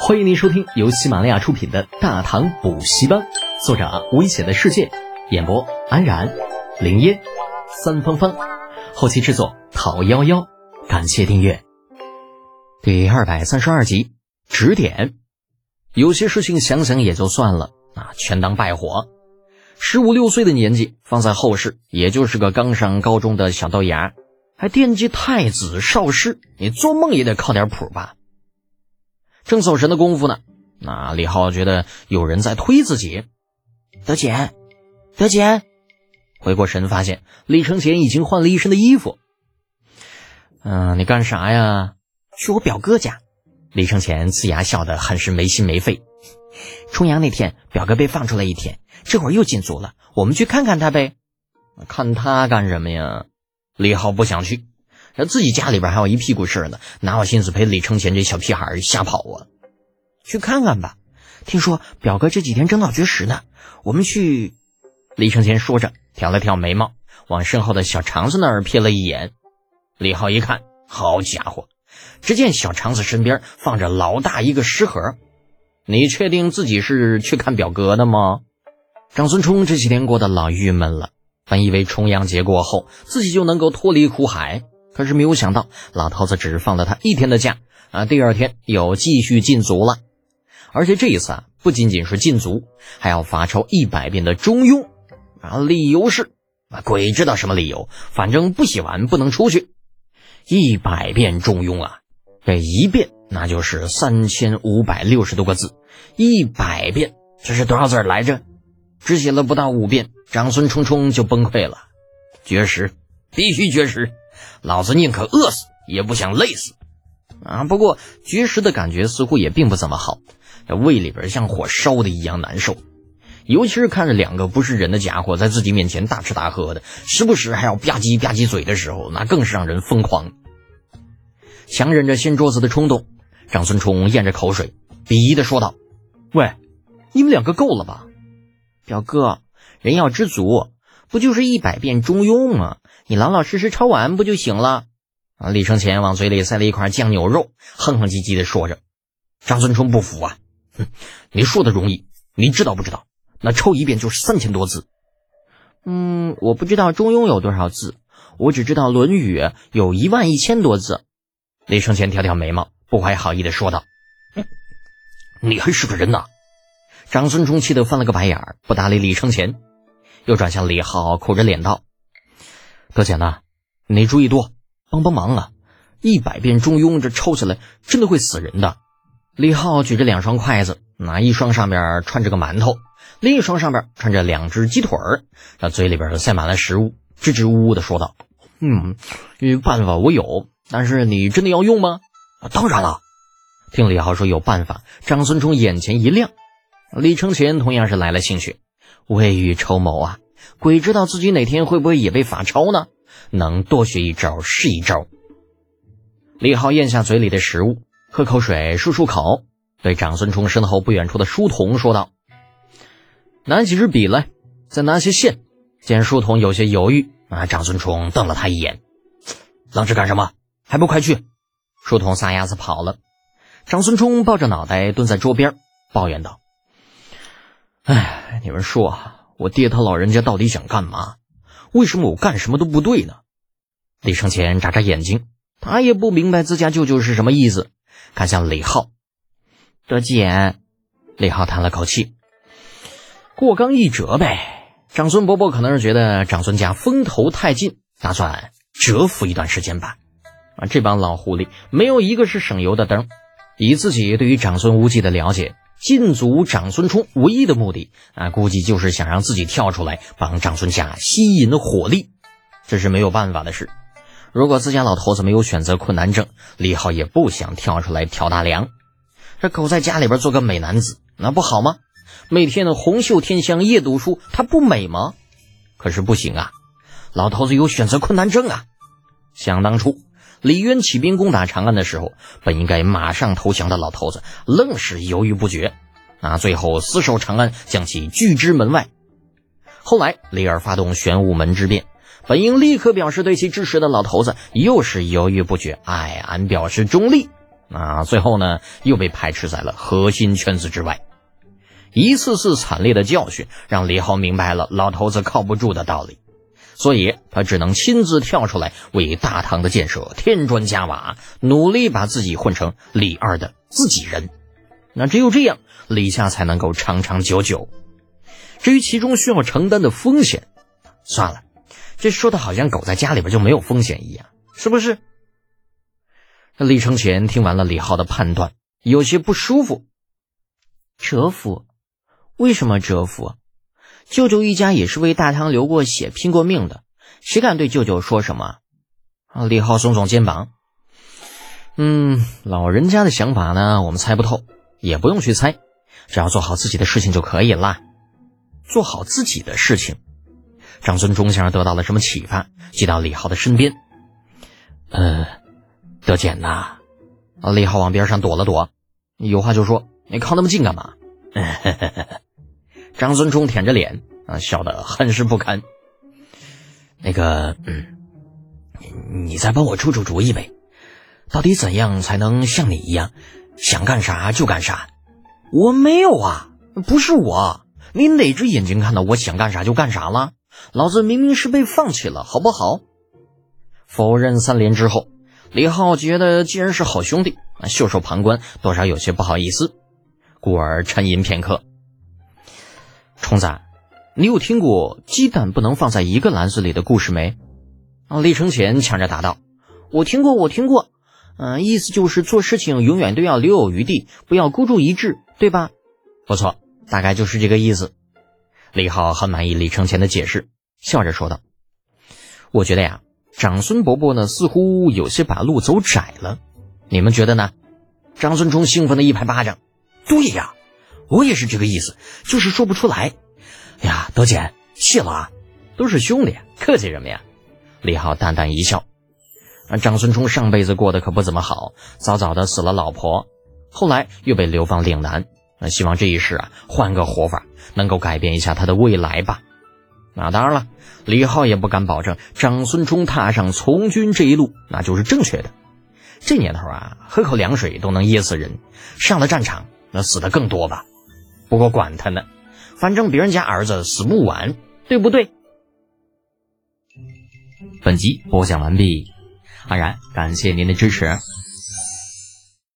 欢迎您收听由喜马拉雅出品的《大唐补习班》，作者危险的世界，演播安然、林烟、三芳芳，后期制作陶幺幺。感谢订阅。第232集，指点。有些事情想想也就算了全当败火。15、16岁的年纪，放在后世也就是个刚上高中的小豆芽，还惦记太子少师，你做梦也得靠点谱吧。正走神的功夫呢，李浩觉得有人在推自己。德简，回过神发现李承前已经换了一身的衣服。你干啥呀？去我表哥家。李承前呲牙笑得很是没心没肺。重阳那天表哥被放出来一天，这会儿又进组了，我们去看看他呗。看他干什么呀？李浩不想去，自己家里边还有一屁股事呢，哪有心思陪李承前这小屁孩瞎跑啊？去看看吧，听说表哥这几天争到绝食呢，我们去。李承前说着挑了挑眉毛，往身后的小肠子那儿瞥了一眼。李浩一看，好家伙，只见小肠子身边放着老大一个食盒。你确定自己是去看表哥的吗？长孙冲这几天过得老郁闷了，本以为重阳节过后自己就能够脱离苦海，可是没有想到老头子只放了他一天的假第二天又继续禁足了。而且这一次不仅仅是禁足，还要罚抄100遍的中庸理由是鬼知道什么理由，反正不写完不能出去。100遍中庸这一遍那就是3560多个字，100遍这是多少字来着？只写了不到5遍，长孙冲冲就崩溃了。绝食，必须绝食，老子宁可饿死也不想累死不过绝食的感觉似乎也并不怎么好，这胃里边像火烧的一样难受，尤其是看着2个不是人的家伙在自己面前大吃大喝的，时不时还要吧唧吧唧嘴的时候，那更是让人疯狂。强忍着掀桌子的冲动，长孙冲咽着口水鄙夷地说道：喂，你们2个够了吧？表哥，人要知足，不就是100遍中庸吗？你老老实实抄完不就行了？李承前往嘴里塞了一块酱牛肉，哼哼唧唧地说着。长孙冲不服你说的容易，你知道不知道？那抄一遍就是3000多字。我不知道中庸有多少字，我只知道论语有11000多字。李承前挑挑眉毛，不怀好意地说道：你还是个人长孙冲气得翻了个白眼，不搭理李承前，又转向李浩，苦着脸道：德简你注意多，帮帮忙100遍中庸这抄起来真的会死人的。李浩举着2双筷子，一双上面穿着个馒头，另一双上面穿着2只鸡腿儿，嘴里边塞满了食物，支支吾吾地说道：办法我有，但是你真的要用吗？当然了。听李浩说有办法，长孙冲眼前一亮。李承前同样是来了兴趣，未雨绸缪鬼知道自己哪天会不会也被罚抄呢？能多学一招是一招。李浩咽下嘴里的食物，喝口水漱漱口，对长孙冲身后不远处的书童说道：拿几支笔来，再拿些线。见书童有些犹豫长孙冲瞪了他一眼：愣着干什么？还不快去！书童撒丫子跑了。长孙冲抱着脑袋蹲在桌边抱怨道：你们说我爹他老人家到底想干嘛？为什么我干什么都不对呢？李承前眨眨眼睛，他也不明白自家舅舅是什么意思，看向李浩。德简。李浩叹了口气：过刚一折呗。长孙伯伯可能是觉得长孙家风头太劲，打算蛰伏一段时间吧。这帮老狐狸没有一个是省油的灯。以自己对于长孙无忌的了解，禁足长孙冲唯一的目的估计就是想让自己跳出来帮长孙家吸引火力。这是没有办法的事。如果自家老头子没有选择困难症，李浩也不想跳出来挑大梁。这狗在家里边做个美男子那不好吗？每天的红袖添香夜读书，他不美吗？可是不行老头子有选择困难症想当初李渊起兵攻打长安的时候，本应该马上投降的老头子愣是犹豫不决最后死守长安，将其拒之门外。后来李耳发动玄武门之变，本应立刻表示对其支持的老头子又是犹豫不决，俺表示中立最后呢又被排斥在了核心圈子之外。一次次惨烈的教训让李浩明白了老头子靠不住的道理，所以他只能亲自跳出来为大唐的建设添砖加瓦，努力把自己混成李二的自己人。那只有这样，李家才能够长长久久。至于其中需要承担的风险，算了，这说的好像狗在家里边就没有风险一样，是不是？李承乾听完了李浩的判断，有些不舒服。 折服？为什么折服？舅舅一家也是为大唐流过血拼过命的，谁敢对舅舅说什么？ 李浩耸耸肩膀。老人家的想法呢，我们猜不透，也不用去猜，只要做好自己的事情就可以了。做好自己的事情。长孙忠先生得到了什么启发，挤到李浩的身边。德简呐。李浩往边上躲了躲，有话就说，你靠那么近干嘛？长孙忠舔着脸笑得很是不堪。你再帮我出出主意呗，到底怎样才能像你一样想干啥就干啥？我没有啊，不是我，你哪只眼睛看到我想干啥就干啥了？老子明明是被放弃了，好不好？否认3连之后，李浩觉得既然是好兄弟，袖手旁观多少有些不好意思，故而沉吟片刻。虫子，你有听过鸡蛋不能放在一个篮子里的故事没？李承乾抢着答道，我听过，意思就是做事情永远都要留有余地，不要孤注一掷，对吧？不错，大概就是这个意思。李浩很满意李承乾的解释，笑着说道，我觉得呀，长孙伯伯呢似乎有些把路走窄了，你们觉得呢？长孙忠兴奋的一拍巴掌，对呀，我也是这个意思，就是说不出来。呀，德简，谢了啊，都是兄弟，客气什么呀？李浩淡淡一笑。长孙忠上辈子过得可不怎么好，早早的死了老婆，后来又被流放岭南，希望这一世换个活法，能够改变一下他的未来吧。当然了，李浩也不敢保证长孙忠踏上从军这一路那就是正确的。这年头喝口凉水都能噎死人，上了战场那死得更多吧。不过管他呢，反正别人家儿子死不晚，对不对？本集播讲完毕，安然感谢您的支持。